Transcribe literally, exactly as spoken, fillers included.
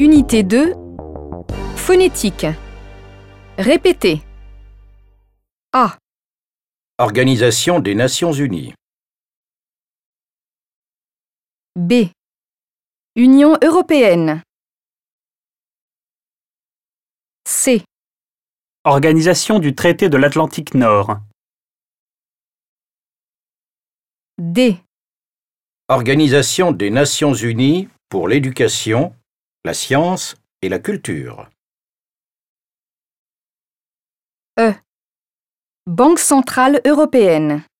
Unité deux. Phonétique. Répétez. A. Organisation des Nations Unies. B. Union européenne. C. Organisation du traité de l'Atlantique Nord. D. Organisation des Nations Unies pour l'éducation, la science et la culture. E. Banque centrale européenne.